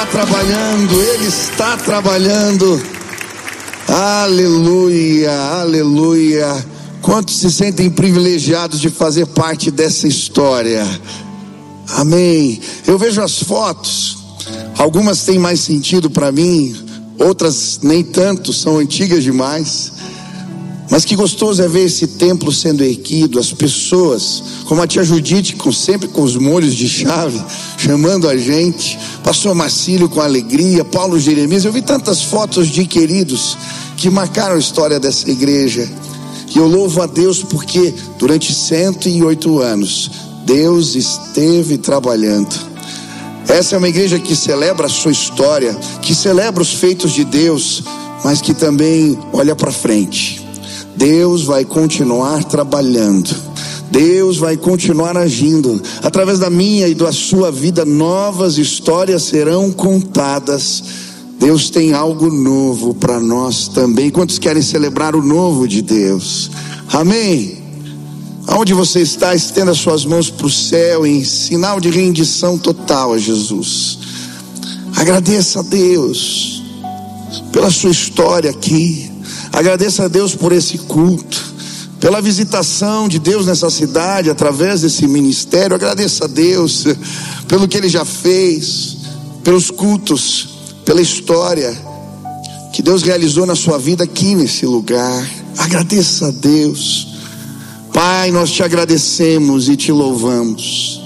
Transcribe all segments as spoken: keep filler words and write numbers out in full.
trabalhando, Ele está trabalhando. Aleluia, aleluia. Quantos se sentem privilegiados de fazer parte dessa história? Amém. Eu vejo as fotos, algumas têm mais sentido para mim, outras nem tanto, são antigas demais. Mas que gostoso é ver esse templo sendo erguido, as pessoas, como a tia Judite, com, sempre com os molhos de chave, chamando a gente, pastor Marcílio com alegria, Paulo Jeremias. Eu vi tantas fotos de queridos que marcaram a história dessa igreja, e eu louvo a Deus porque durante cento e oito anos, Deus esteve trabalhando. Essa é uma igreja que celebra a sua história, que celebra os feitos de Deus, mas que também olha para frente. Deus vai continuar trabalhando, Deus vai continuar agindo. Através da minha e da sua vida, novas histórias serão contadas. Deus tem algo novo para nós também. Quantos querem celebrar o novo de Deus? Amém. Aonde você está, estenda suas mãos para o céu em sinal de rendição total a Jesus. Agradeça a Deus pela sua história aqui. Agradeça a Deus por esse culto, pela visitação de Deus nessa cidade através desse ministério. Agradeça a Deus pelo que Ele já fez, pelos cultos, pela história que Deus realizou na sua vida aqui nesse lugar. Agradeça a Deus. Pai, nós te agradecemos e te louvamos.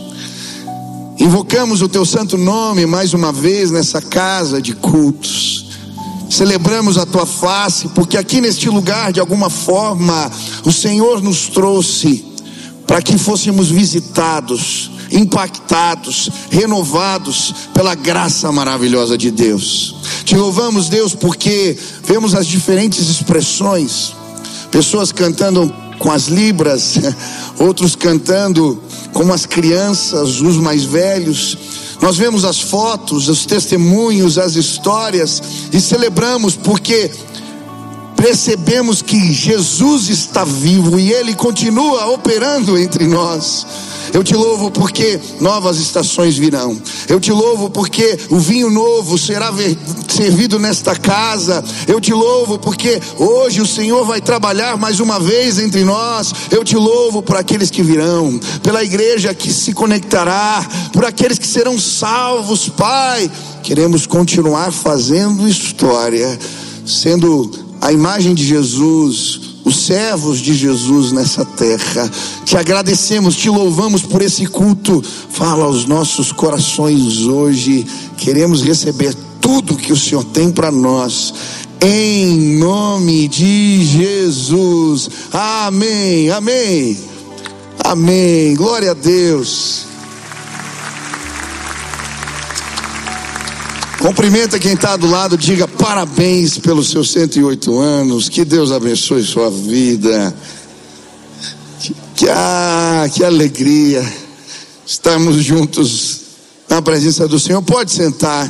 Invocamos o teu santo nome mais uma vez nessa casa de cultos. Celebramos a tua face, porque aqui neste lugar, de alguma forma, o Senhor nos trouxe para que fôssemos visitados, impactados, renovados pela graça maravilhosa de Deus. Te louvamos, Deus, porque vemos as diferentes expressões, pessoas cantando com as libras, outros cantando como as crianças, os mais velhos. Nós vemos as fotos, os testemunhos, as histórias e celebramos porque percebemos que Jesus está vivo e Ele continua operando entre nós. Eu te louvo porque novas estações virão. Eu te louvo porque o vinho novo será ver, servido nesta casa. Eu te louvo porque hoje o Senhor vai trabalhar mais uma vez entre nós. Eu te louvo por aqueles que virão, pela igreja que se conectará, por aqueles que serão salvos, Pai. Queremos continuar fazendo história, sendo a imagem de Jesus, os servos de Jesus nessa terra. Te agradecemos, te louvamos por esse culto. Fala aos nossos corações hoje. Queremos receber tudo que o Senhor tem para nós, em nome de Jesus. Amém, amém, amém. Glória a Deus. Cumprimenta quem está do lado, diga parabéns pelos seus cento e oito anos, que Deus abençoe sua vida. Que, que, ah, que alegria estarmos juntos na presença do Senhor. Pode sentar.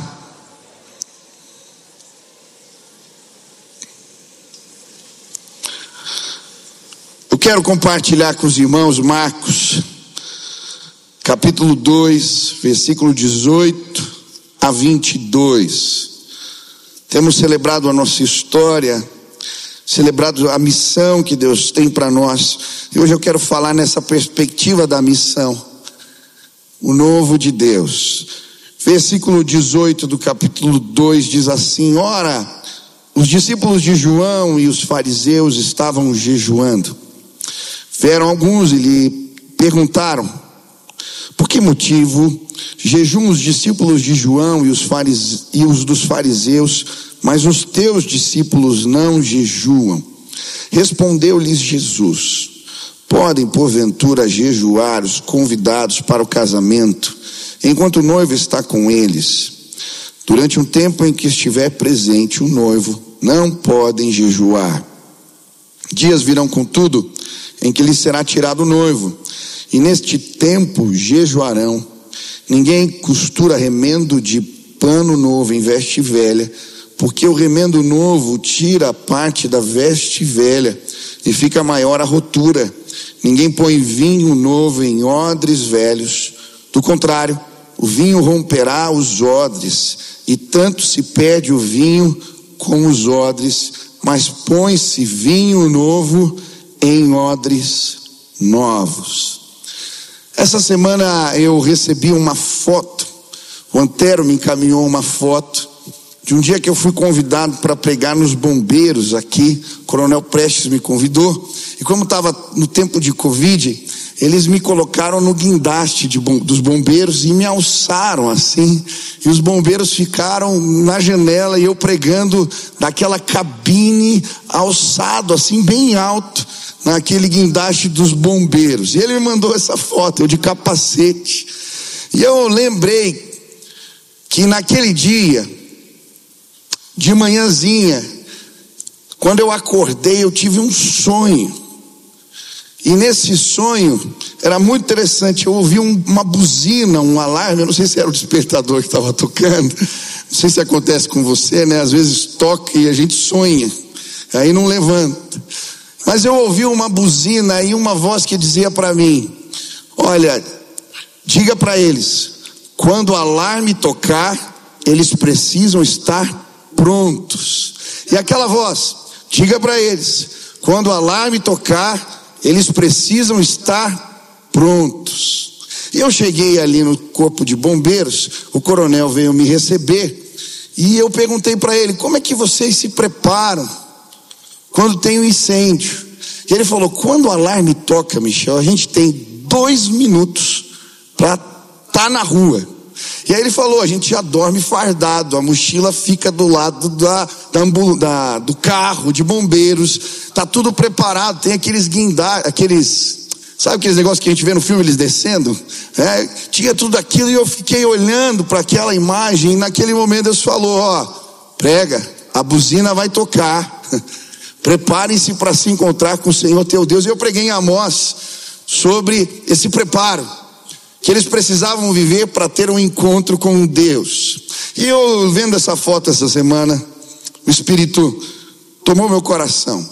Eu quero compartilhar com os irmãos Marcos, capítulo dois, versículo dezoito a vinte e dois. Temos celebrado a nossa história, celebrado a missão que Deus tem para nós, e hoje eu quero falar nessa perspectiva da missão, o novo de Deus. Versículo dezoito do capítulo dois diz assim: ora, os discípulos de João e os fariseus estavam jejuando. Vieram alguns e lhe perguntaram: por que motivo jejuam os discípulos de João e os, farise... e os dos fariseus, mas os teus discípulos não jejuam? Respondeu-lhes Jesus: podem porventura jejuar os convidados para o casamento, enquanto o noivo está com eles? Durante um tempo em que estiver presente o noivo, não podem jejuar. Dias virão, contudo, em que lhes será tirado o noivo, e neste tempo jejuarão. Ninguém costura remendo de pano novo em veste velha, porque o remendo novo tira a parte da veste velha e fica maior a rotura. Ninguém põe vinho novo em odres velhos. Do contrário, o vinho romperá os odres, e tanto se perde o vinho com os odres, mas põe-se vinho novo em odres novos. Essa semana eu recebi uma foto, o Antero me encaminhou uma foto de um dia que eu fui convidado para pregar nos bombeiros aqui. O Coronel Prestes me convidou, e como estava no tempo de Covid, eles me colocaram no guindaste de bom, dos bombeiros e me alçaram assim, e os bombeiros ficaram na janela e eu pregando daquela cabine, alçado assim bem alto, naquele guindaste dos bombeiros. E ele me mandou essa foto, eu de capacete, e eu lembrei que naquele dia, de manhãzinha, quando eu acordei, eu tive um sonho. E nesse sonho, era muito interessante, eu ouvi um, uma buzina, um alarme, eu não sei se era o despertador que estava tocando, não sei se acontece com você, né? Às vezes toca e a gente sonha, aí não levanta. Mas eu ouvi uma buzina e uma voz que dizia para mim: olha, diga para eles, quando o alarme tocar, eles precisam estar prontos. E aquela voz, diga para eles, quando o alarme tocar, eles precisam estar prontos. E eu cheguei ali no corpo de bombeiros, o coronel veio me receber, e eu perguntei para ele, como é que vocês se preparam quando tem um incêndio? E ele falou, quando o alarme toca, Michel, a gente tem dois minutos para estar na rua. E aí ele falou, a gente já dorme fardado, a mochila fica do lado da, da, da, do carro de bombeiros, tá tudo preparado, tem aqueles guindar, aqueles, sabe aqueles negócios que a gente vê no filme, eles descendo? É, tinha tudo aquilo, e eu fiquei olhando para aquela imagem, e naquele momento Deus falou, ó, prega, a buzina vai tocar, preparem-se para se encontrar com o Senhor teu Deus. E eu preguei em Amós sobre esse preparo que eles precisavam viver para ter um encontro com Deus. E eu vendo essa foto essa semana, o Espírito tomou meu coração.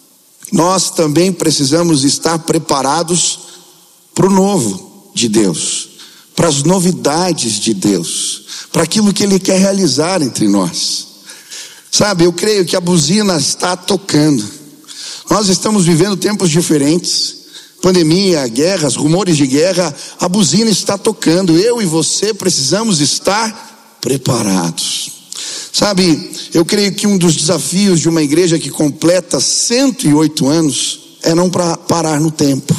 Nós também precisamos estar preparados para o novo de Deus, para as novidades de Deus, para aquilo que Ele quer realizar entre nós. Sabe, eu creio que a buzina está tocando. Nós estamos vivendo tempos diferentes. Pandemia, guerras, rumores de guerra, a buzina está tocando. Eu e você precisamos estar preparados. Sabe, eu creio que um dos desafios de uma igreja que completa cento e oito anos é não pra parar no tempo,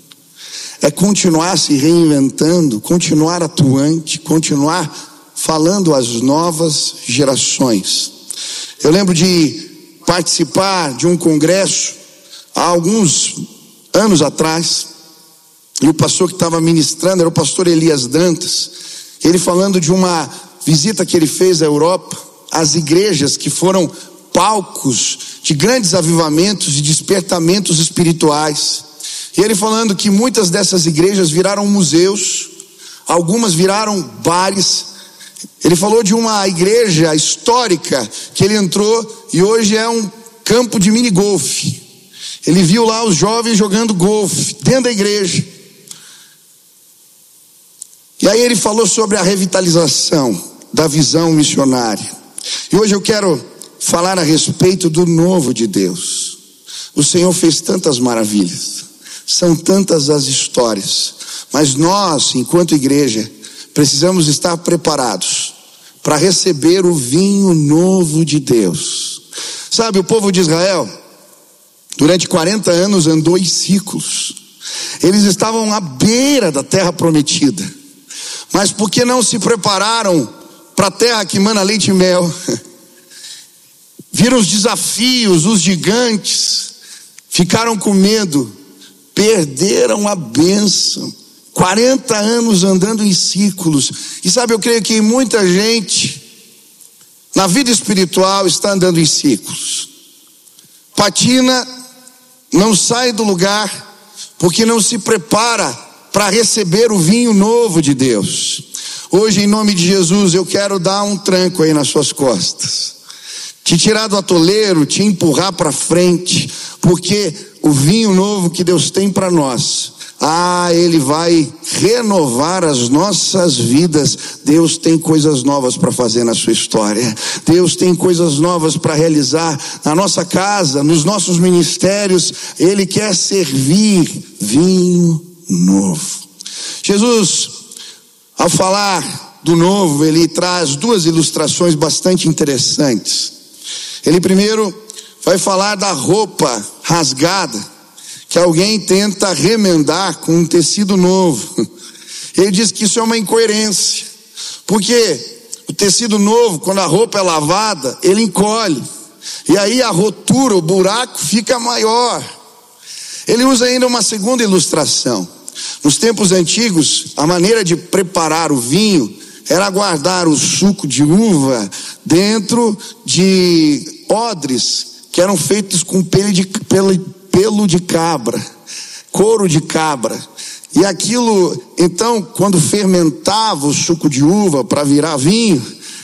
é continuar se reinventando, continuar atuante, continuar falando às novas gerações. Eu lembro de participar de um congresso há alguns anos atrás, e o pastor que estava ministrando era o pastor Elias Dantas, ele falando de uma visita que ele fez à Europa, às igrejas que foram palcos de grandes avivamentos e despertamentos espirituais, e ele falando que muitas dessas igrejas viraram museus, algumas viraram bares. Ele falou de uma igreja histórica que ele entrou e hoje é um campo de mini golfe. Ele viu lá os jovens jogando golfe dentro da igreja. E aí ele falou sobre a revitalização da visão missionária. E hoje eu quero falar a respeito do novo de Deus. O Senhor fez tantas maravilhas, são tantas as histórias, mas nós, enquanto igreja, precisamos estar preparados para receber o vinho novo de Deus. Sabe, o povo de Israel, durante quarenta anos andou em ciclos. Eles estavam à beira da terra prometida, mas porque não se prepararam para a terra que mana leite e mel, viram os desafios, os gigantes, ficaram com medo, perderam a bênção. quarenta anos andando em ciclos. E sabe, eu creio que muita gente na vida espiritual está andando em ciclos, patina, não sai do lugar, porque não se prepara para receber o vinho novo de Deus. Hoje, em nome de Jesus, eu quero dar um tranco aí nas suas costas, te tirar do atoleiro, te empurrar para frente, porque o vinho novo que Deus tem para nós, Ah, Ele vai renovar as nossas vidas. Deus tem coisas novas para fazer na sua história. Deus tem coisas novas para realizar na nossa casa, nos nossos ministérios. Ele quer servir vinho novo. Jesus, ao falar do novo, ele traz duas ilustrações bastante interessantes. Ele primeiro vai falar da roupa rasgada que alguém tenta remendar com um tecido novo. Ele diz que isso é uma incoerência, porque o tecido novo, quando a roupa é lavada, ele encolhe, e aí a rotura, o buraco fica maior. Ele usa ainda uma segunda ilustração. Nos tempos antigos, a maneira de preparar o vinho era guardar o suco de uva dentro de odres que eram feitos com pelo de, pelo, pelo de cabra, couro de cabra. E aquilo, então, quando fermentava o suco de uva para virar vinho,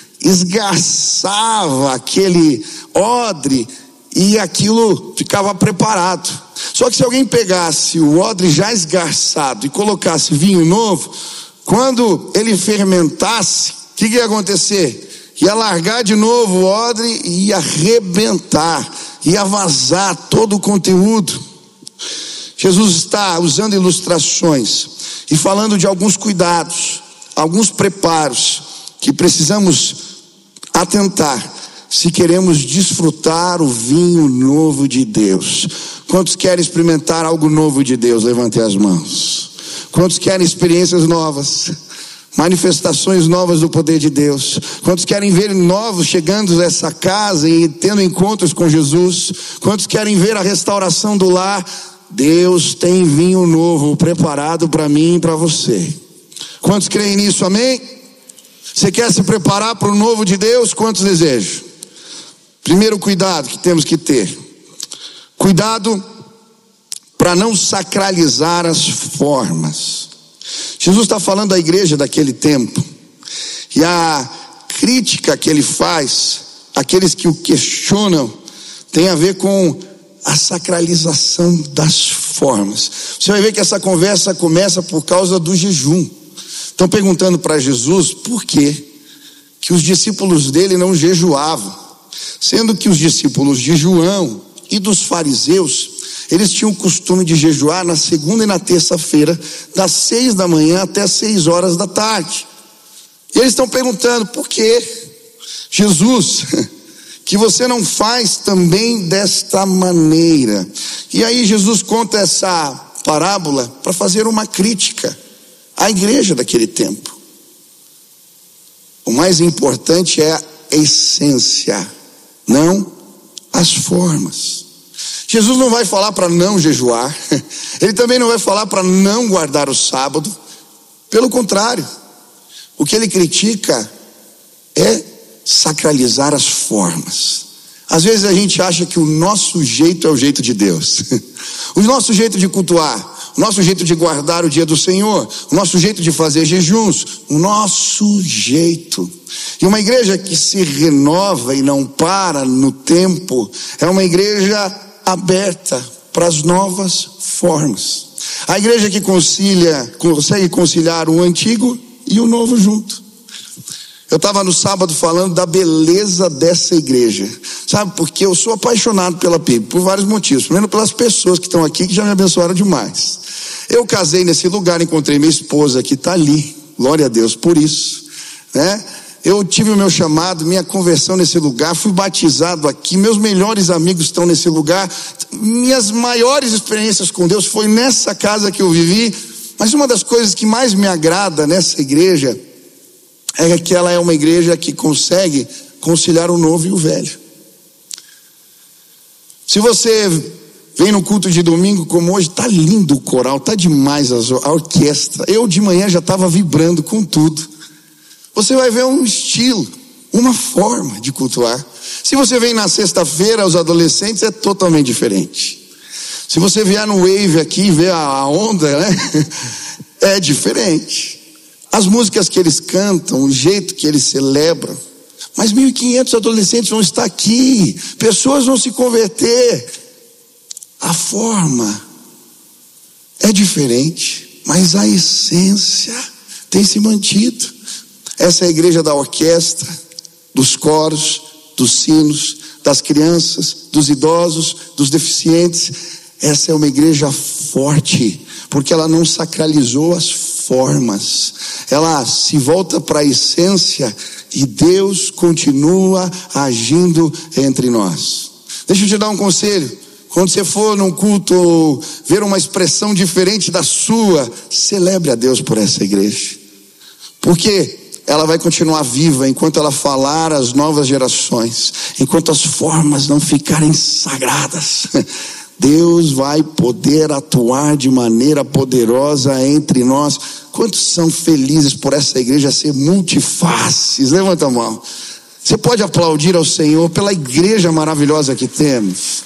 esgarçava aquele odre e aquilo ficava preparado. Só que se alguém pegasse o odre já esgarçado e colocasse vinho novo, quando ele fermentasse, o que, que ia acontecer? Ia largar de novo o odre e ia arrebentar, ia vazar todo o conteúdo. Jesus está usando ilustrações e falando de alguns cuidados, alguns preparos que precisamos atentar se queremos desfrutar o vinho novo de Deus. Quantos querem experimentar algo novo de Deus? Levantem as mãos. Quantos querem experiências novas? Manifestações novas do poder de Deus? Quantos querem ver novos chegando a essa casa e tendo encontros com Jesus? Quantos querem ver a restauração do lar? Deus tem vinho novo preparado para mim e para você. Quantos creem nisso? Amém? Você quer se preparar para o novo de Deus? Quantos desejam? Primeiro cuidado que temos que ter: cuidado para não sacralizar as formas. Jesus está falando da igreja daquele tempo, e a crítica que ele faz àqueles que o questionam tem a ver com a sacralização das formas. Você vai ver que essa conversa começa por causa do jejum. Estão perguntando para Jesus por que que os discípulos dele não jejuavam, sendo que os discípulos de João e dos fariseus, eles tinham o costume de jejuar na segunda e na terça-feira, das seis da manhã até as seis horas da tarde. E eles estão perguntando: por que, Jesus, que você não faz também desta maneira? E aí Jesus conta essa parábola para fazer uma crítica à igreja daquele tempo. O mais importante é a essência, não as formas. Jesus não vai falar para não jejuar, ele também não vai falar para não guardar o sábado. Pelo contrário, o que ele critica é sacralizar as formas. Às vezes a gente acha que o nosso jeito é o jeito de Deus, o nosso jeito de cultuar, o nosso jeito de guardar o dia do Senhor, o nosso jeito de fazer jejuns, o nosso jeito. E uma igreja que se renova e não para no tempo é uma igreja aberta para as novas formas. A igreja que concilia, consegue conciliar o antigo e o novo junto. Eu estava no sábado falando da beleza dessa igreja, sabe, porque eu sou apaixonado pela P I B, por vários motivos. Primeiro, pelas pessoas que estão aqui, que já me abençoaram demais. Eu casei nesse lugar, encontrei minha esposa que está ali, glória a Deus por isso, né? Eu tive o meu chamado, minha conversão nesse lugar, fui batizado aqui, meus melhores amigos estão nesse lugar, minhas maiores experiências com Deus foi nessa casa que eu vivi. Mas uma das coisas que mais me agrada nessa igreja é que ela é uma igreja que consegue conciliar o novo e o velho. Se você vem no culto de domingo como hoje, tá lindo o coral, tá demais a orquestra, eu de manhã já estava vibrando com tudo. Você vai ver um estilo, uma forma de cultuar. Se você vem na sexta-feira, os adolescentes, é totalmente diferente. Se você vier no Wave aqui e ver a onda, né? É diferente. As músicas que eles cantam, o jeito que eles celebram. Mas mil e quinhentos adolescentes vão estar aqui, pessoas vão se converter. A forma é diferente, mas a essência tem se mantido. Essa é a igreja da orquestra, dos coros, dos sinos, das crianças, dos idosos, dos deficientes. Essa é uma igreja forte, porque ela não sacralizou as formas, ela se volta para a essência e Deus continua agindo entre nós. Deixa eu te dar um conselho: quando você for num culto ou ver uma expressão diferente da sua, celebre a Deus por essa igreja, porque ela vai continuar viva enquanto ela falar às novas gerações, enquanto as formas não ficarem sagradas. Deus vai poder atuar de maneira poderosa entre nós. Quantos são felizes por essa igreja ser multifaces? Levanta a mão. Você pode aplaudir ao Senhor pela igreja maravilhosa que temos.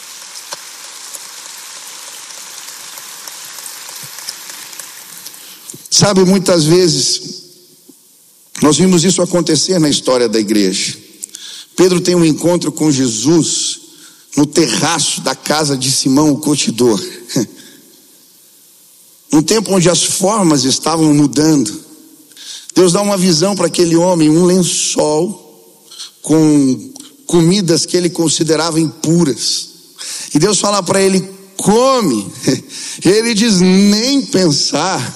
Sabe, muitas vezes nós vimos isso acontecer na história da igreja. Pedro tem um encontro com Jesus no terraço da casa de Simão o curtidor. Num tempo onde as formas estavam mudando, Deus dá uma visão para aquele homem, um lençol com comidas que ele considerava impuras. E Deus fala para ele: come. E ele diz: nem pensar.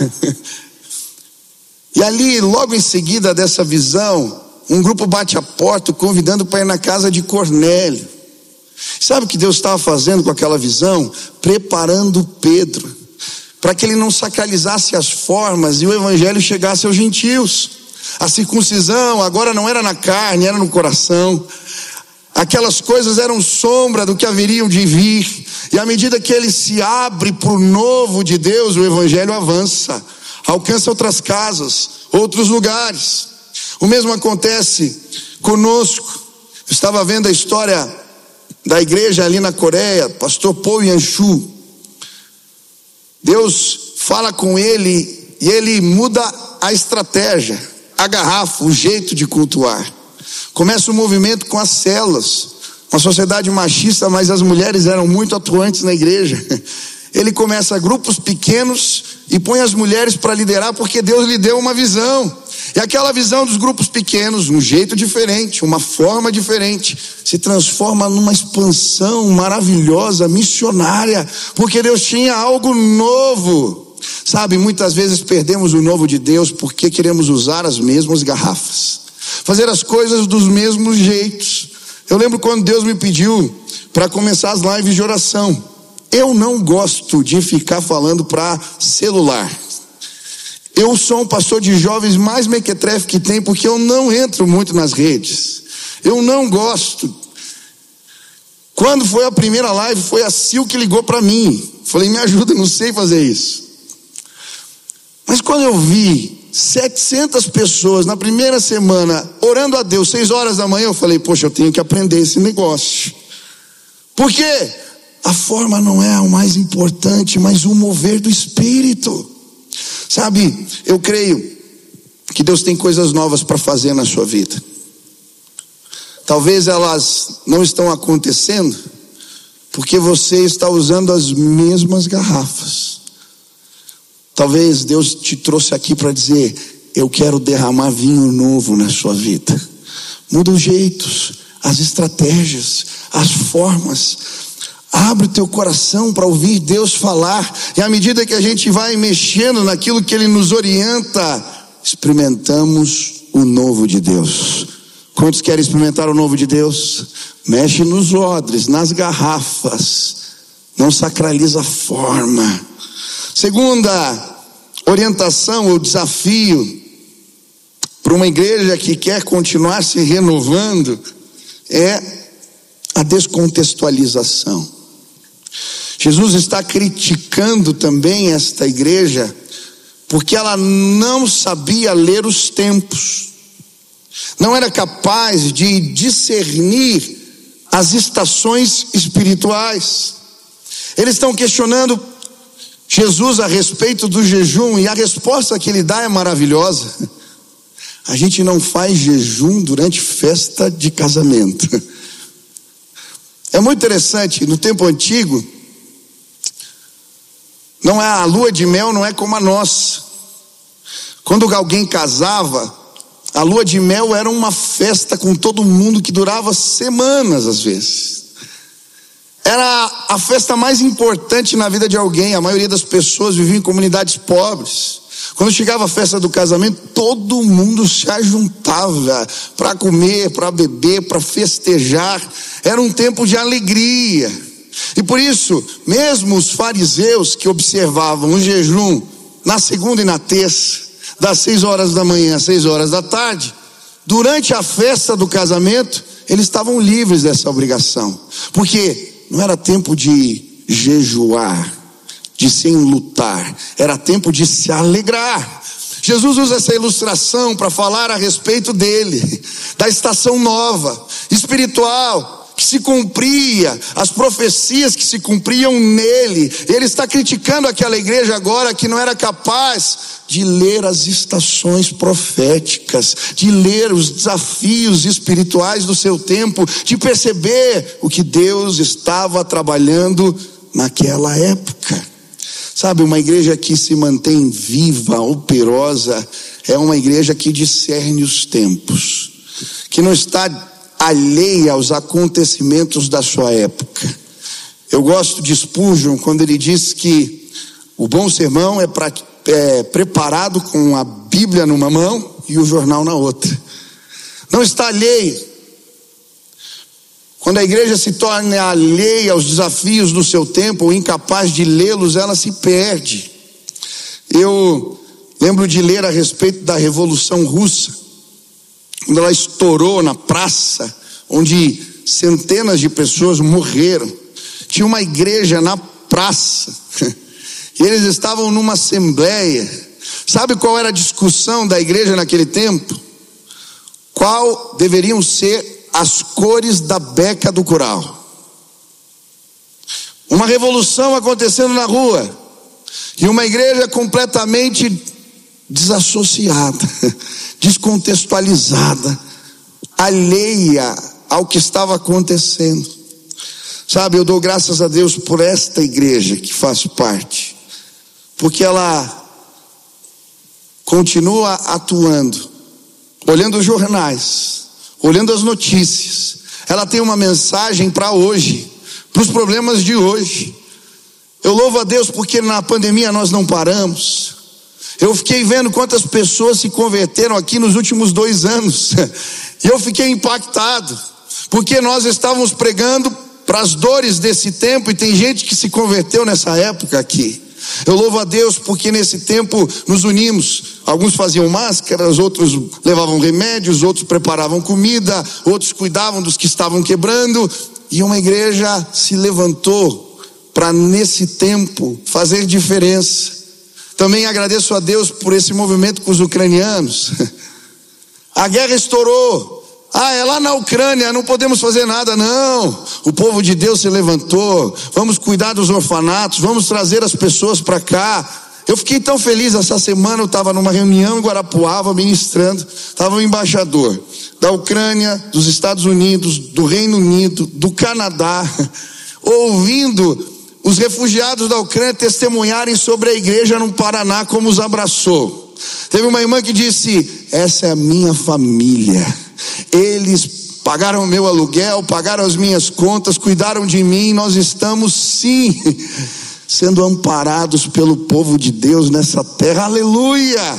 E ali, logo em seguida dessa visão, um grupo bate a porta convidando para ir na casa de Cornélio. Sabe o que Deus estava fazendo com aquela visão? Preparando Pedro para que ele não sacralizasse as formas e o evangelho chegasse aos gentios. A circuncisão agora não era na carne, era no coração. Aquelas coisas eram sombra do que haveriam de vir, e à medida que ele se abre para o novo de Deus, o evangelho avança, alcança outras casas, outros lugares. O mesmo acontece conosco. Eu estava vendo a história da igreja ali na Coreia, pastor Paul Yanshu. Deus fala com ele e ele muda a estratégia, a garrafa, o jeito de cultuar. Começa o movimento com as células, uma sociedade machista, mas as mulheres eram muito atuantes na igreja. Ele começa grupos pequenos e põe as mulheres para liderar, porque Deus lhe deu uma visão. E aquela visão dos grupos pequenos, um jeito diferente, uma forma diferente, se transforma numa expansão maravilhosa, missionária, porque Deus tinha algo novo. Sabe, muitas vezes perdemos o novo de Deus porque queremos usar as mesmas garrafas, fazer as coisas dos mesmos jeitos. Eu lembro quando Deus me pediu para começar as lives de oração. Eu não gosto de ficar falando para celular. Eu sou um pastor de jovens mais mequetrefe que tem, porque eu não entro muito nas redes. Eu não gosto. Quando foi a primeira live, foi a Sil que ligou para mim. Falei: me ajuda, não sei fazer isso. Mas quando eu vi setecentas pessoas na primeira semana orando a Deus, seis horas da manhã, eu falei: poxa, eu tenho que aprender esse negócio. Por quê? A forma não é o mais importante, mas o mover do Espírito. Sabe, eu creio que Deus tem coisas novas para fazer na sua vida. Talvez elas não estão acontecendo porque você está usando as mesmas garrafas. Talvez Deus te trouxe aqui para dizer: eu quero derramar vinho novo na sua vida. Muda os jeitos, as estratégias, as formas. Abre o teu coração para ouvir Deus falar. E à medida que a gente vai mexendo naquilo que Ele nos orienta, experimentamos o novo de Deus. Quantos querem experimentar o novo de Deus? Mexe nos odres, nas garrafas. Não sacraliza a forma. Segunda orientação ou desafio para uma igreja que quer continuar se renovando é a descontextualização. Jesus está criticando também esta igreja porque ela não sabia ler os tempos, não era capaz de discernir as estações espirituais. Eles estão questionando Jesus a respeito do jejum, e a resposta que ele dá é maravilhosa. A gente não faz jejum durante festa de casamento. É muito interessante, no tempo antigo, Não é, a lua de mel não é como a nossa. Quando alguém casava, a lua de mel era uma festa com todo mundo que durava semanas às vezes. Era a festa mais importante na vida de alguém. A maioria das pessoas vivia em comunidades pobres. Quando chegava a festa do casamento, todo mundo se ajuntava para comer, para beber, para festejar. Era um tempo de alegria. E por isso, mesmo os fariseus que observavam o jejum na segunda e na terça, das seis horas da manhã às seis horas da tarde, durante a festa do casamento, eles estavam livres dessa obrigação. Porque não era tempo de jejuar, de se enlutar, era tempo de se alegrar. Jesus usa essa ilustração para falar a respeito dele, da estação nova, espiritual, que se cumpria, as profecias que se cumpriam nele. Ele está criticando aquela igreja agora que não era capaz de ler as estações proféticas, de ler os desafios espirituais do seu tempo, de perceber o que Deus estava trabalhando naquela época. Sabe, uma igreja que se mantém viva, operosa, é uma igreja que discerne os tempos, que não está alheia aos acontecimentos da sua época. Eu gosto de Spurgeon quando ele diz que o bom sermão é, pra, é preparado com a Bíblia numa mão e o jornal na outra. Não está alheia. Quando a igreja se torna alheia aos desafios do seu tempo ou incapaz de lê-los, ela se perde. Eu lembro de ler a respeito da Revolução Russa, quando ela estourou na praça, onde centenas de pessoas morreram. Tinha uma igreja na praça, e eles estavam numa assembleia. Sabe qual era a discussão da igreja naquele tempo? Qual deveriam ser as cores da beca do coral? Uma revolução acontecendo na rua, e uma igreja completamente desassociada, descontextualizada, alheia ao que estava acontecendo. Sabe, eu dou graças a Deus por esta igreja que faço parte, porque ela continua atuando, olhando os jornais, olhando as notícias. Ela tem uma mensagem para hoje, para os problemas de hoje. Eu louvo a Deus porque na pandemia nós não paramos. Eu fiquei vendo quantas pessoas se converteram aqui nos últimos dois anos. E eu fiquei impactado, porque nós estávamos pregando para as dores desse tempo, e tem gente que se converteu nessa época aqui. Eu louvo a Deus porque nesse tempo nos unimos. Alguns faziam máscaras, outros levavam remédios, outros preparavam comida, outros cuidavam dos que estavam quebrando. E uma igreja se levantou para nesse tempo fazer diferença. Também agradeço a Deus por esse movimento com os ucranianos. A guerra estourou. Ah, é lá na Ucrânia, não podemos fazer nada. Não, o povo de Deus se levantou. Vamos cuidar dos orfanatos, vamos trazer as pessoas para cá. Eu fiquei tão feliz. Essa semana eu estava numa reunião em Guarapuava ministrando. Estava o embaixador da Ucrânia, dos Estados Unidos, do Reino Unido, do Canadá, ouvindo os refugiados da Ucrânia testemunharem sobre a igreja no Paraná, como os abraçou. Teve uma irmã que disse: essa é a minha família, eles pagaram o meu aluguel, pagaram as minhas contas, cuidaram de mim. Nós estamos sim sendo amparados pelo povo de Deus nessa terra, aleluia.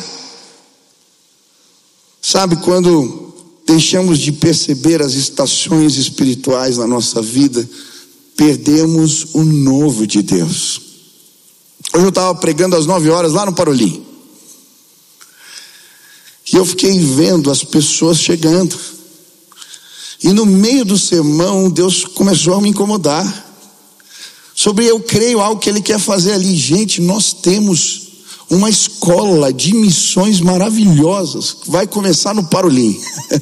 Sabe, quando deixamos de perceber as estações espirituais na nossa vida, perdemos o novo de Deus. Hoje eu estava pregando às nove horas lá no Parolim, e eu fiquei vendo as pessoas chegando, e no meio do sermão Deus começou a me incomodar sobre, eu creio, algo que Ele quer fazer ali. Gente, nós temos uma escola de missões maravilhosas que vai começar no Parolim.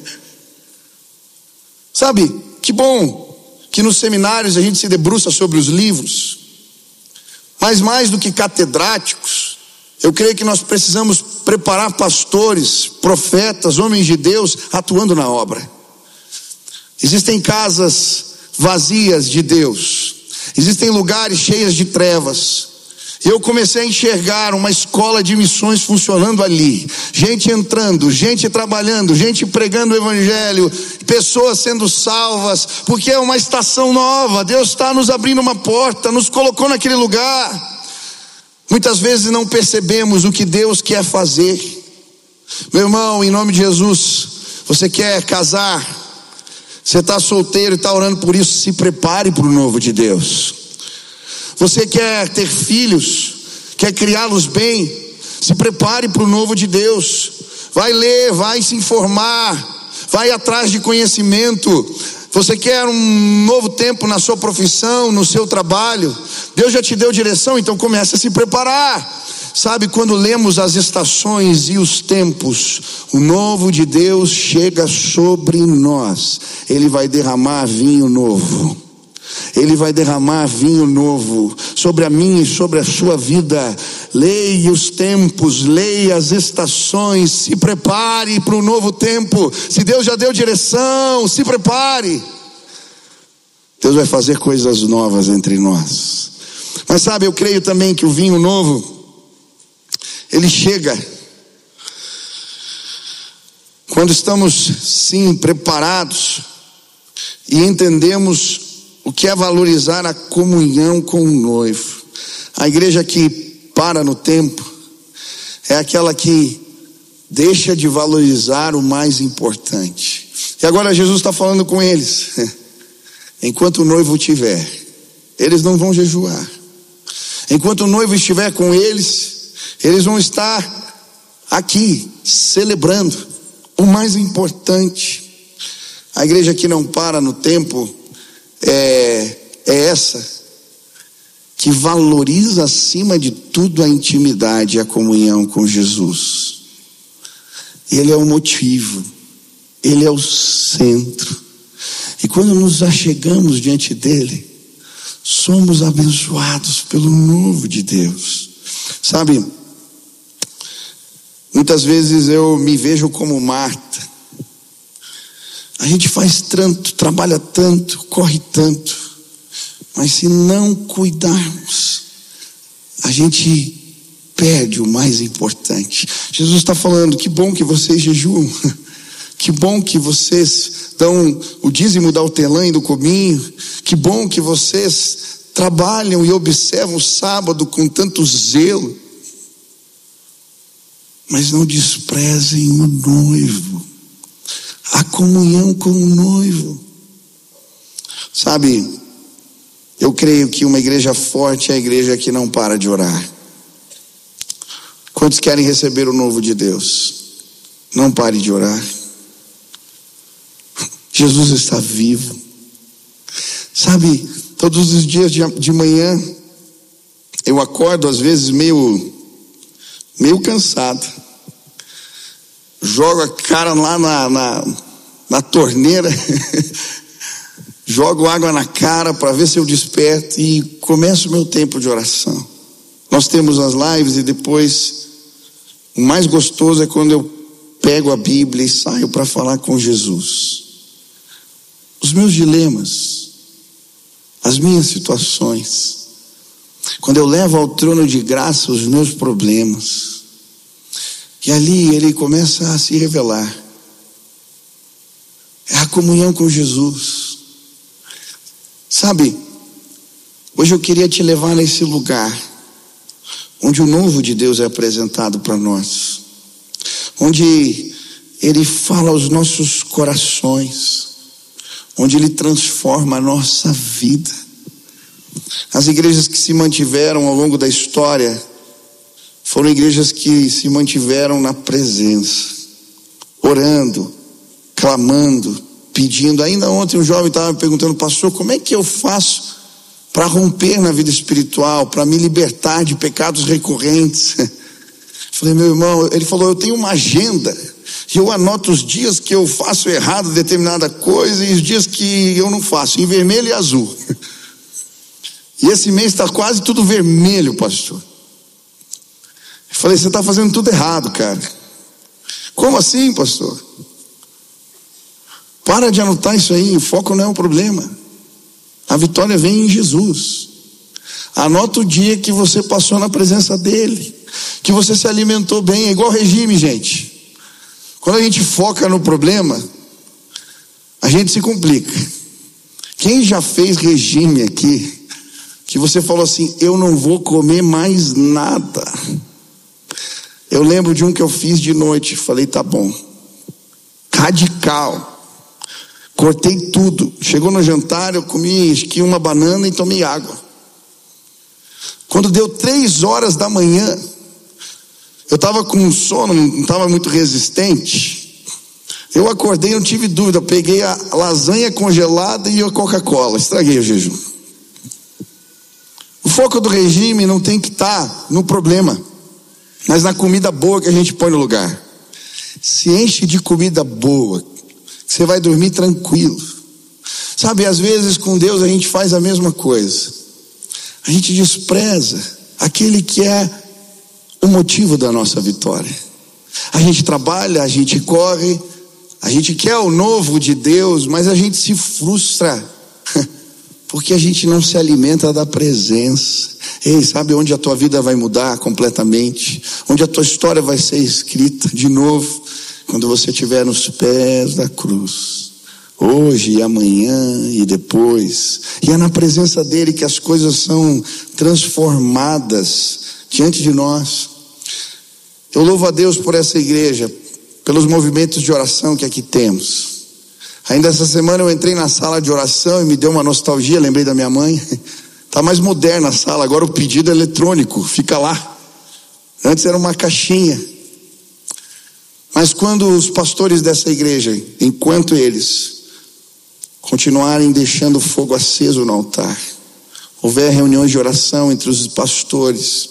Sabe, que bom que nos seminários a gente se debruça sobre os livros, mas mais do que catedráticos, eu creio que nós precisamos preparar pastores, profetas, homens de Deus atuando na obra. Existem casas vazias de Deus, existem lugares cheios de trevas, Eu comecei a enxergar uma escola de missões funcionando ali, gente entrando, gente trabalhando, gente pregando o evangelho, pessoas sendo salvas, porque é uma estação nova. Deus está nos abrindo uma porta, nos colocou naquele lugar. Muitas vezes não percebemos o que Deus quer fazer. Meu irmão, em nome de Jesus, você quer casar, você está solteiro e está orando por isso, se prepare para o novo de Deus. Você quer ter filhos, quer criá-los bem, se prepare para o novo de Deus. Vai ler, vai se informar, vai atrás de conhecimento. Você quer um novo tempo na sua profissão, no seu trabalho, Deus já te deu direção, então comece a se preparar. Sabe, quando lemos as estações e os tempos, o novo de Deus chega sobre nós. Ele vai derramar vinho novo. Ele vai derramar vinho novo sobre a minha e sobre a sua vida. Leia os tempos, leia as estações, se prepare para o novo tempo. Se Deus já deu direção, se prepare. Deus vai fazer coisas novas entre nós. Mas sabe, eu creio também que o vinho novo, ele chega quando estamos sim preparados e entendemos o que é valorizar a comunhão com o noivo. A igreja que para no tempo é aquela que deixa de valorizar o mais importante. E agora Jesus está falando com eles. Enquanto o noivo estiver, eles não vão jejuar. Enquanto o noivo estiver com eles, eles vão estar aqui celebrando o mais importante. A igreja que não para no tempo é, é essa que valoriza acima de tudo a intimidade e a comunhão com Jesus. Ele é o motivo, Ele é o centro. E quando nos achegamos diante dele, somos abençoados pelo novo de Deus. Sabe, muitas vezes eu me vejo como Marta. A gente faz tanto, trabalha tanto, corre tanto, mas se não cuidarmos, a gente perde o mais importante. Jesus está falando, que bom que vocês jejuam, que bom que vocês dão o dízimo da hortelã e do cominho, que bom que vocês trabalham e observam o sábado com tanto zelo, mas não desprezem o noivo, a comunhão com o noivo. Sabe, eu creio que uma igreja forte é a igreja que não para de orar. Quantos querem receber o novo de Deus? Não pare de orar. Jesus está vivo. Sabe, todos os dias de, de manhã eu acordo às vezes meio meio cansado, jogo a cara lá na, na, na torneira jogo água na cara para ver se eu desperto e começo o meu tempo de oração. Nós temos as lives e depois o mais gostoso é quando eu pego a Bíblia e saio para falar com Jesus. Os meus dilemas, as minhas situações, quando eu levo ao trono de graça os meus problemas, e ali ele começa a se revelar. É a comunhão com Jesus. Sabe, hoje eu queria te levar nesse lugar onde o novo de Deus é apresentado para nós, onde ele fala aos nossos corações, onde ele transforma a nossa vida. As igrejas que se mantiveram ao longo da história foram igrejas que se mantiveram na presença, orando, clamando, pedindo. Ainda ontem um jovem estava me perguntando, pastor, como é que eu faço para romper na vida espiritual, para me libertar de pecados recorrentes? Falei, meu irmão, ele falou, eu tenho uma agenda, e eu anoto os dias que eu faço errado determinada coisa e os dias que eu não faço, em vermelho e azul. E esse mês está quase tudo vermelho, pastor. Eu falei, você está fazendo tudo errado, cara. Como assim, pastor? Para de anotar isso aí, o foco não é o problema. A vitória vem em Jesus. Anota o dia que você passou na presença dele, que você se alimentou bem. É igual regime, gente. Quando a gente foca no problema, a gente se complica. Quem já fez regime aqui, que você falou assim, eu não vou comer mais nada? Eu lembro de um que eu fiz de noite, falei, tá bom. Radical. Cortei tudo. Chegou no jantar, eu comi acho que uma banana e tomei água. Quando deu três horas da manhã, eu estava com sono, não estava muito resistente. Eu acordei, não tive dúvida, peguei a lasanha congelada e a Coca-Cola, estraguei o jejum. O foco do regime não tem que estar no problema, mas na comida boa que a gente põe no lugar. Se enche de comida boa, você vai dormir tranquilo. Sabe, às vezes com Deus a gente faz a mesma coisa. A gente despreza aquele que é o motivo da nossa vitória. A gente trabalha, a gente corre, a gente quer o novo de Deus, mas a gente se frustra porque a gente não se alimenta da presença. Ei, sabe onde a tua vida vai mudar completamente? Onde a tua história vai ser escrita de novo? Quando você estiver nos pés da cruz. Hoje e amanhã e depois. E é na presença dele que as coisas são transformadas diante de nós. Eu louvo a Deus por essa igreja, pelos movimentos de oração que aqui temos. Ainda essa semana eu entrei na sala de oração e me deu uma nostalgia, lembrei da minha mãe. Está mais moderna a sala, agora o pedido é eletrônico, fica lá. Antes era uma caixinha. Mas quando os pastores dessa igreja, enquanto eles continuarem deixando o fogo aceso no altar, houver reuniões de oração entre os pastores,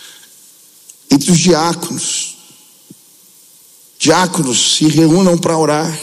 entre os diáconos, diáconos se reúnam para orar.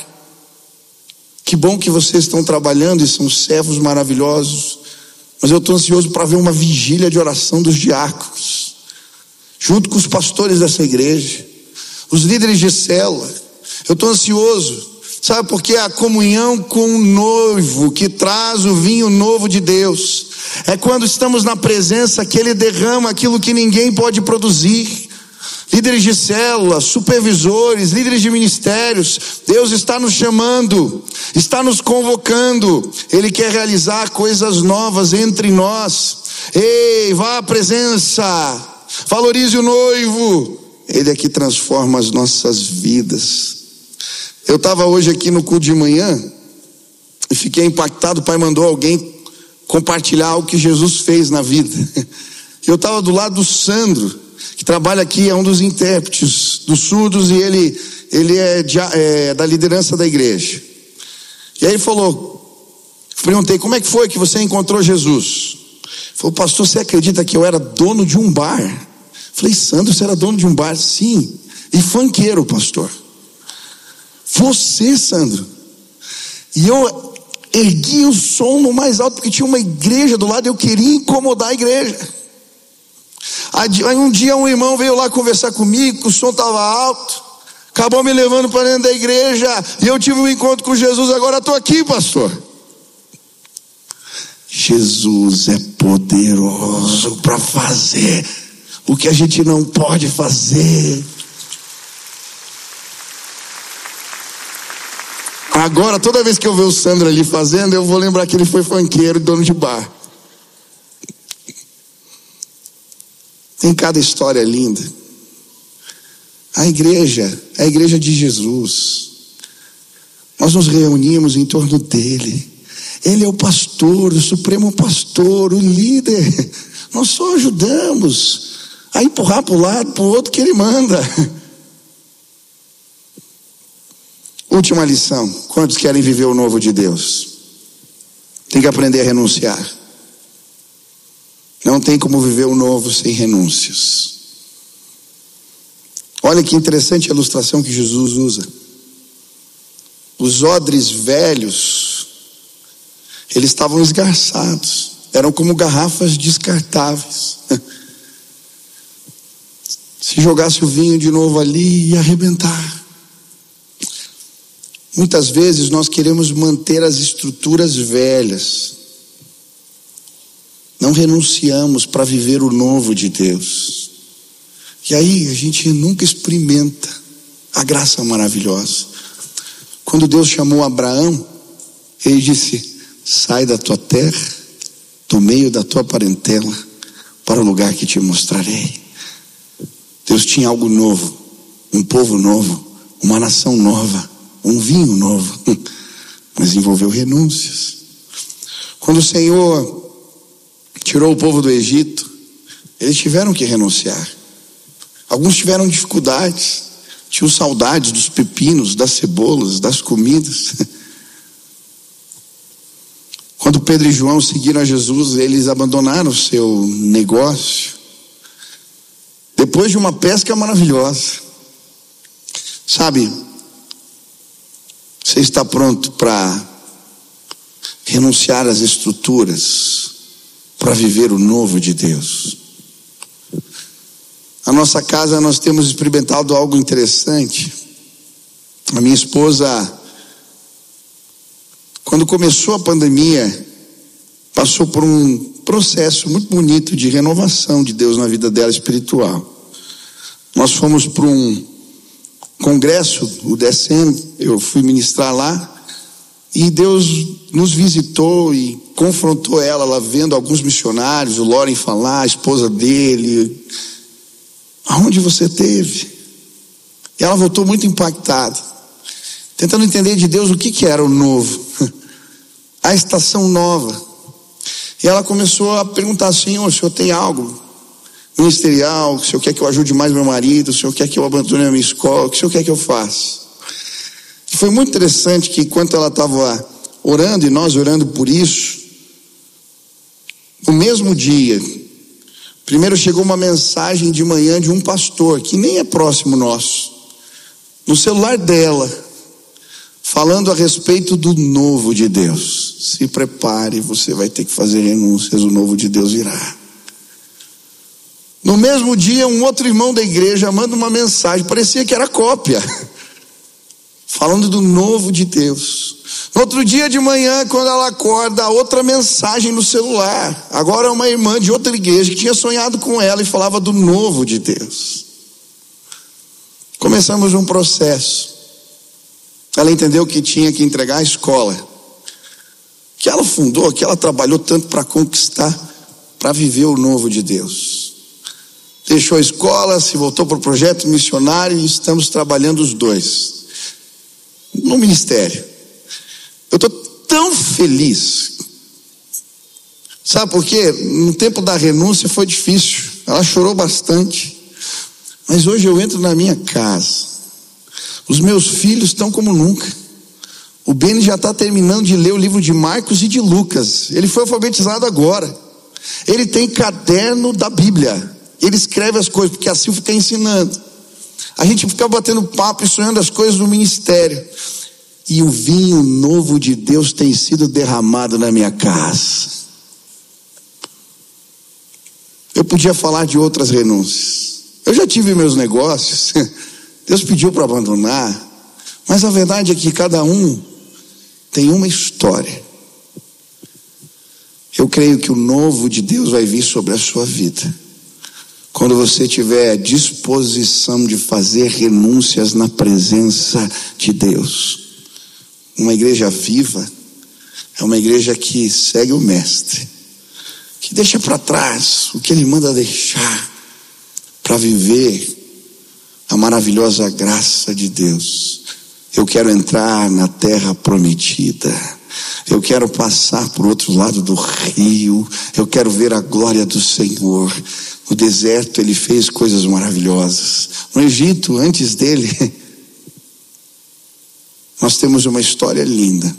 Que bom que vocês estão trabalhando e são servos maravilhosos, mas eu estou ansioso para ver uma vigília de oração dos diáconos, junto com os pastores dessa igreja, os líderes de célula. Eu estou ansioso. Sabe, porque é a comunhão com o noivo que traz o vinho novo de Deus. É quando estamos na presença que ele derrama aquilo que ninguém pode produzir. Líderes de célula, supervisores, líderes de ministérios, Deus está nos chamando, está nos convocando. Ele quer realizar coisas novas entre nós. Ei, vá à presença, valorize o noivo. Ele é que transforma as nossas vidas. Eu estava hoje aqui no culto de manhã e fiquei impactado. O pai mandou alguém compartilhar algo que Jesus fez na vida. Eu estava do lado do Sandro, que trabalha aqui, é um dos intérpretes dos surdos, e ele, ele é, de, é da liderança da igreja. E aí ele falou, perguntei, como é que foi que você encontrou Jesus? Ele falou, pastor, você acredita que eu era dono de um bar? Eu falei, Sandro, você era dono de um bar? Sim, e funkeiro, pastor. Você, Sandro. E eu ergui o som no mais alto, porque tinha uma igreja do lado e eu queria incomodar a igreja. Aí um dia um irmão veio lá conversar comigo, que o som estava alto, acabou me levando para dentro da igreja, e eu tive um encontro com Jesus. Agora estou aqui, pastor. Jesus é poderoso para fazer o que a gente não pode fazer. Agora, toda vez que eu ver o Sandro ali fazendo, eu vou lembrar que ele foi funkeiro e dono de bar. Tem cada história linda. A igreja, a igreja de Jesus. Nós nos reunimos em torno dele. Ele é o pastor, o supremo pastor, o líder. Nós só ajudamos a empurrar para o lado, para o outro que ele manda. Última lição. Quantos querem viver o novo de Deus? Tem que aprender a renunciar. Não tem como viver o novo sem renúncias. Olha que interessante a ilustração que Jesus usa. Os odres velhos, eles estavam esgarçados, eram como garrafas descartáveis. Se jogasse o vinho de novo ali, ia arrebentar. Muitas vezes nós queremos manter as estruturas velhas. não renunciamos para viver o novo de Deus. E aí a gente nunca experimenta a graça maravilhosa. Quando Deus chamou Abraão, ele disse: sai da tua terra, do meio da tua parentela, para o lugar que te mostrarei. Deus tinha algo novo, um povo novo, uma nação nova, um vinho novo, mas envolveu renúncias. Quando o Senhor tirou o povo do Egito, eles tiveram que renunciar. Alguns tiveram dificuldades, tinham saudades dos pepinos, das cebolas, das comidas. Quando Pedro e João seguiram a Jesus, eles abandonaram o seu negócio, depois de uma pesca maravilhosa. Sabe, você está pronto para renunciar às estruturas, para viver o novo de Deus? Na nossa casa nós temos experimentado algo interessante. A minha esposa, quando começou a pandemia, passou por um processo muito bonito de renovação de Deus na vida dela espiritual. Nós fomos para um congresso, o D S M, eu fui ministrar lá, e Deus nos visitou e confrontou ela, ela vendo alguns missionários, o Loren falar, a esposa dele. Aonde você teve? E ela voltou muito impactada, tentando entender de Deus o que que era o novo, a estação nova. E ela começou a perguntar: Senhor, o Senhor tem algo ministerial? O Senhor quer que eu ajude mais meu marido? O Senhor quer que eu abandone a minha escola? O que o Senhor quer que eu faça? E foi muito interessante que enquanto ela estava orando, e nós orando por isso, no mesmo dia, primeiro chegou uma mensagem de manhã de um pastor, que nem é próximo nosso, no celular dela, falando a respeito do novo de Deus. Se prepare, você vai ter que fazer renúncias, o novo de Deus virá. No mesmo dia, um outro irmão da igreja manda uma mensagem, parecia que era cópia, falando do novo de Deus. No outro dia de manhã, quando ela acorda, outra mensagem no celular. Agora uma irmã de outra igreja que tinha sonhado com ela e falava do novo de Deus. Começamos um processo. Ela entendeu que tinha que entregar a escola, que ela fundou, que ela trabalhou tanto para conquistar, para viver o novo de Deus. Deixou a escola, se voltou para o projeto missionário e estamos trabalhando os dois no ministério. Eu estou tão feliz. Sabe por quê? No tempo da renúncia foi difícil, ela chorou bastante, mas hoje eu entro na minha casa, os meus filhos estão como nunca. O Beni já está terminando de ler o livro de Marcos e de Lucas, ele foi alfabetizado agora, ele tem caderno da Bíblia, ele escreve as coisas, porque assim fica ensinando. A gente fica batendo papo e sonhando as coisas do ministério. E o vinho novo de Deus tem sido derramado na minha casa. Eu podia falar de outras renúncias. Eu já tive meus negócios, Deus pediu para abandonar, mas a verdade é que cada um tem uma história. Eu creio que o novo de Deus vai vir sobre a sua vida quando você tiver disposição de fazer renúncias na presença de Deus. Uma igreja viva é uma igreja que segue o mestre, que deixa para trás o que ele manda deixar para viver a maravilhosa graça de Deus. Eu quero entrar na terra prometida, eu quero passar por outro lado do rio, eu quero ver a glória do Senhor. No deserto ele fez coisas maravilhosas. No Egito, antes dele, nós temos uma história linda.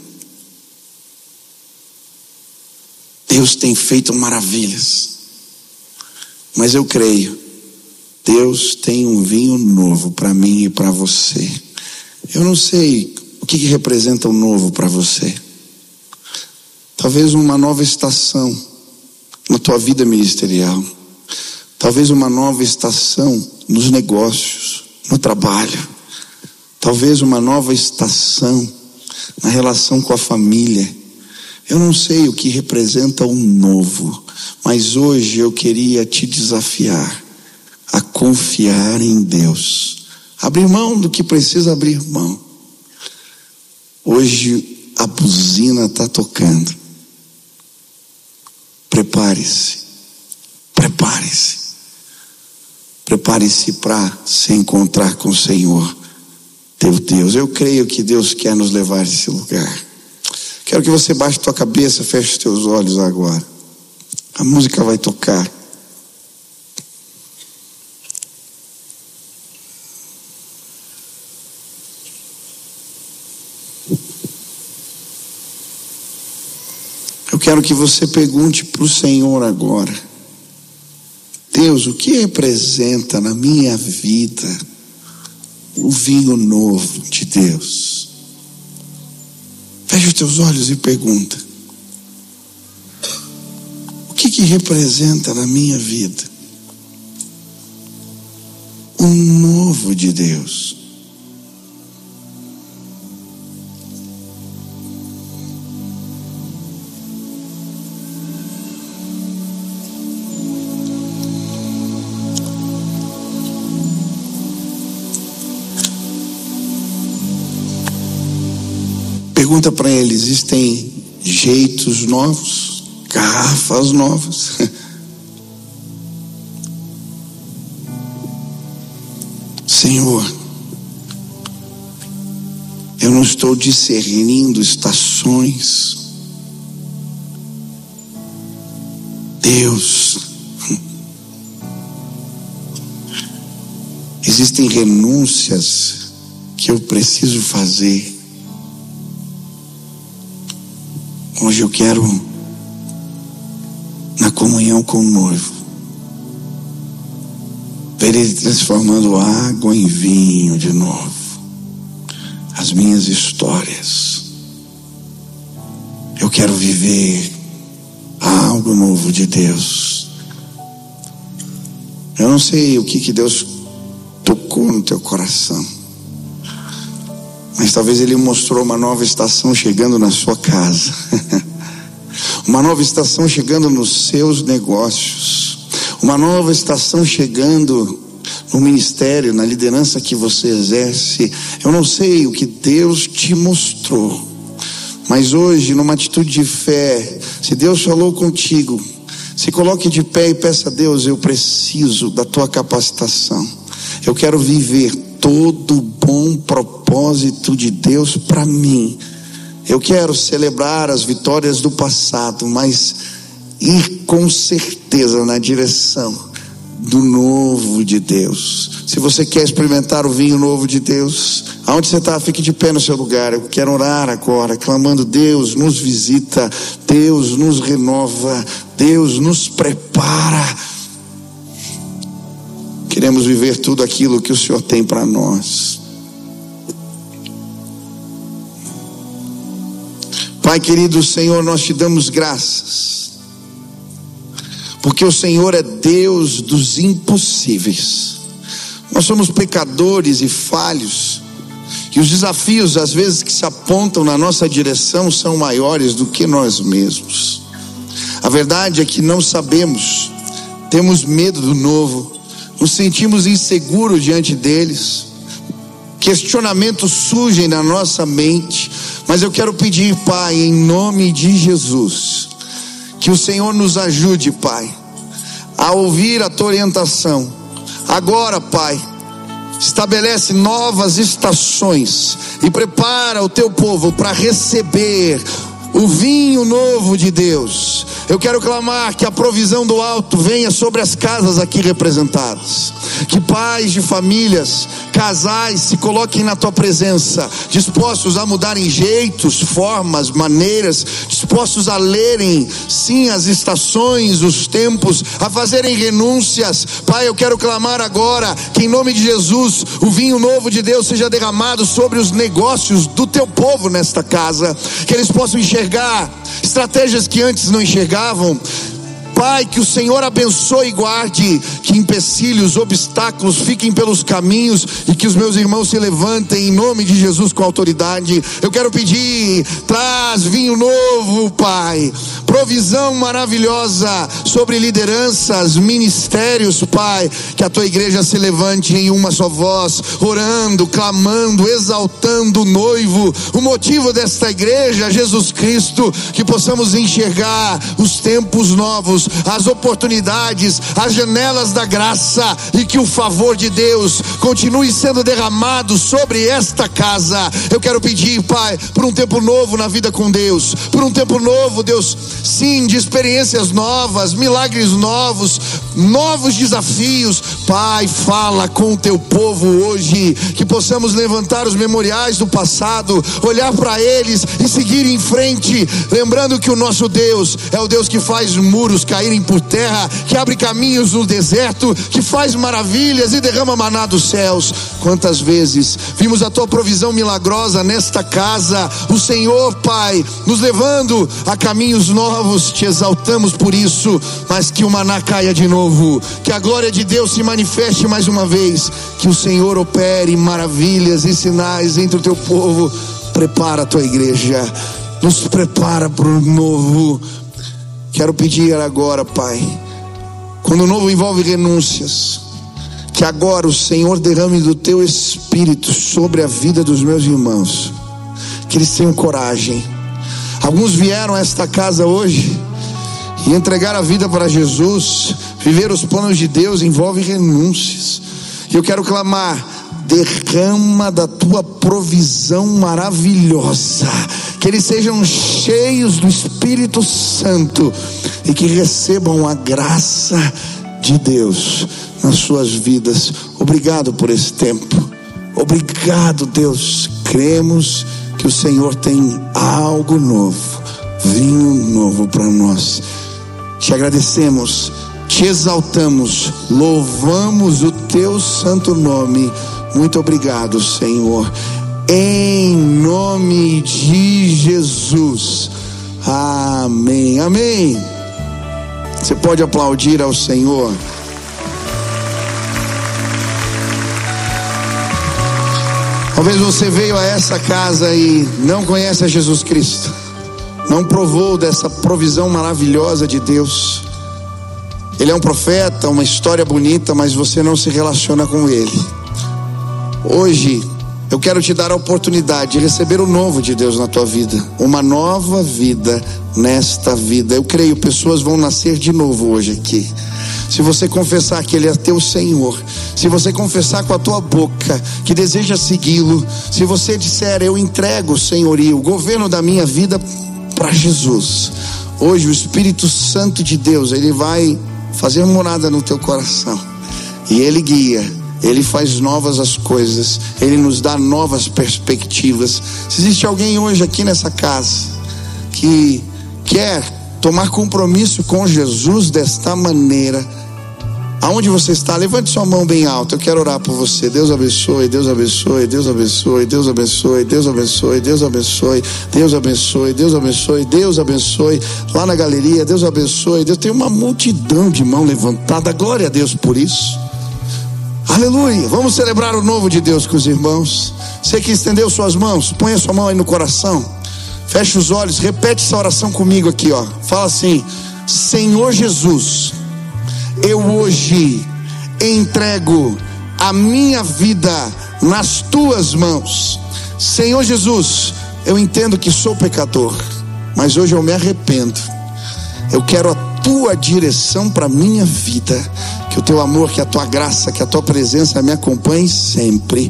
Deus tem feito maravilhas, mas eu creio, Deus tem um vinho novo para mim e para você. Eu não sei o que, que representa o novo para você. Talvez uma nova estação na tua vida ministerial, talvez uma nova estação nos negócios, no trabalho, talvez uma nova estação na relação com a família. Eu não sei o que representa um novo, mas hoje eu queria te desafiar a confiar em Deus. Abrir mão do que precisa abrir mão. Hoje a buzina está tocando. Prepare-se. Prepare-se. Prepare-se para se encontrar com o Senhor, teu Deus. Eu creio que Deus quer nos levar a esse lugar. Quero que você baixe tua cabeça, feche os teus olhos agora. A música vai tocar. Eu quero que você pergunte para o Senhor agora: Deus, o que representa na minha vida o vinho novo de Deus? Feche os teus olhos e pergunta: o que que representa na minha vida o novo de Deus? Pergunta para ele: existem jeitos novos, garrafas novas? Senhor, eu não estou discernindo estações. Deus, existem renúncias que eu preciso fazer. Hoje eu quero, na comunhão com o noivo, ver ele transformando água em vinho de novo. As minhas histórias. Eu quero viver algo novo de Deus. Eu não sei o que que Deus tocou no teu coração, mas talvez Ele mostrou uma nova estação chegando na sua casa. Uma nova estação chegando nos seus negócios. Uma nova estação chegando no ministério, na liderança que você exerce. Eu não sei o que Deus te mostrou, mas hoje, numa atitude de fé, se Deus falou contigo, se coloque de pé e peça a Deus: eu preciso da tua capacitação. Eu quero viver todo o bom propósito de Deus para mim. Eu quero celebrar as vitórias do passado, mas ir com certeza na direção do novo de Deus. Se você quer experimentar o vinho novo de Deus, aonde você está, fique de pé no seu lugar. Eu quero orar agora, clamando: Deus nos visita, Deus nos renova, Deus nos prepara. Queremos viver tudo aquilo que o Senhor tem para nós. Pai querido, Senhor, nós te damos graças, porque o Senhor é Deus dos impossíveis. Nós somos pecadores e falhos, e os desafios às vezes que se apontam na nossa direção são maiores do que nós mesmos. A verdade é que não sabemos, temos medo do novo, nos sentimos inseguros diante deles, questionamentos surgem na nossa mente. Mas eu quero pedir, Pai, em nome de Jesus, que o Senhor nos ajude, Pai, a ouvir a tua orientação. Agora, Pai, estabelece novas estações e prepara o teu povo para receber o vinho novo de Deus. Eu quero clamar que a provisão do alto venha sobre as casas aqui representadas, que pais de famílias, casais se coloquem na tua presença, dispostos a mudarem jeitos, formas, maneiras, dispostos a lerem sim as estações, os tempos, a fazerem renúncias. Pai, eu quero clamar agora que em nome de Jesus o vinho novo de Deus seja derramado sobre os negócios do teu povo nesta casa, que eles possam enxergar estratégias que antes não enxergavam, Pai, que o Senhor abençoe e guarde, que empecilhos, obstáculos fiquem pelos caminhos e que os meus irmãos se levantem em nome de Jesus com autoridade. Eu quero pedir, traz vinho novo, Pai, provisão maravilhosa sobre lideranças, ministérios, Pai, que a tua igreja se levante em uma só voz, orando, clamando, exaltando o noivo, o motivo desta igreja, Jesus Cristo, que possamos enxergar os tempos novos, as oportunidades, as janelas da graça, e que o favor de Deus continue sendo derramado sobre esta casa. Eu quero pedir, Pai, por um tempo novo na vida com Deus, por um tempo novo, Deus, sim, de experiências novas, milagres novos, novos desafios. Pai, fala com o teu povo hoje, que possamos levantar os memoriais do passado, olhar para eles e seguir em frente, lembrando que o nosso Deus é o Deus que faz muros caírem por terra, que abre caminhos no deserto, que faz maravilhas e derrama maná dos céus. Quantas vezes vimos a tua provisão milagrosa nesta casa, o Senhor, Pai, nos levando a caminhos novos. Te exaltamos por isso, mas que o maná caia de novo, que a glória de Deus se manifeste mais uma vez, que o Senhor opere maravilhas e sinais entre o teu povo. Prepara a tua igreja, nos prepara para o novo. Quero pedir agora, Pai, quando o novo envolve renúncias, que agora o Senhor derrame do teu Espírito sobre a vida dos meus irmãos, que eles tenham coragem. Alguns vieram a esta casa hoje e entregar a vida para Jesus. Viver os planos de Deus envolve renúncias, e eu quero clamar: derrama da tua provisão maravilhosa, que eles sejam cheios do Espírito Santo e que recebam a graça de Deus nas suas vidas. Obrigado por esse tempo, obrigado, Deus. Cremos que o Senhor tem algo novo, vinho novo para nós. Te agradecemos, te exaltamos, louvamos o teu santo nome. Muito obrigado, Senhor, em nome de Jesus. Amém, amém. Você pode aplaudir ao Senhor. Talvez você veio a essa casa e não conhece a Jesus Cristo, não provou dessa provisão maravilhosa de Deus. Ele é um profeta, uma história bonita, mas você não se relaciona com ele. Hoje eu quero te dar a oportunidade de receber o novo de Deus na tua vida, uma nova vida nesta vida. Eu creio, pessoas vão nascer de novo hoje aqui. Se você confessar que Ele é teu Senhor, se você confessar com a tua boca que deseja segui-lo, se você disser: eu entrego o senhorio, o governo da minha vida para Jesus, hoje o Espírito Santo de Deus, Ele vai fazer morada no teu coração, e Ele guia, Ele faz novas as coisas, Ele nos dá novas perspectivas. Se existe alguém hoje aqui nessa casa que quer tomar compromisso com Jesus desta maneira, aonde você está, levante sua mão bem alta. Eu quero orar por você. Deus abençoe, Deus abençoe, Deus abençoe, Deus abençoe, Deus abençoe, Deus abençoe, Deus abençoe, Deus abençoe, Deus abençoe. Lá na galeria, Deus abençoe. Deus tem uma multidão de mão levantada. Glória a Deus por isso. Aleluia. Vamos celebrar o novo de Deus com os irmãos. Você que estendeu suas mãos, põe a sua mão aí no coração, feche os olhos, repete essa oração comigo aqui, ó. Fala assim: Senhor Jesus, eu hoje entrego a minha vida nas tuas mãos. Senhor Jesus, eu entendo que sou pecador, mas hoje eu me arrependo. Eu quero a tua direção para minha vida. Que o teu amor, que a tua graça, que a tua presença me acompanhe sempre,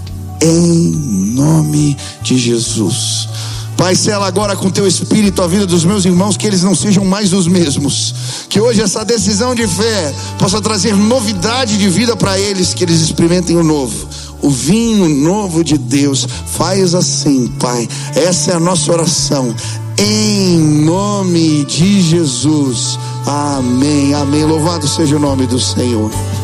em nome de Jesus. Pai, sela agora com teu Espírito a vida dos meus irmãos, que eles não sejam mais os mesmos, que hoje essa decisão de fé possa trazer novidade de vida para eles, que eles experimentem o novo, o vinho novo de Deus. Faz assim, Pai, essa é a nossa oração, em nome de Jesus. Amém, amém. Louvado seja o nome do Senhor.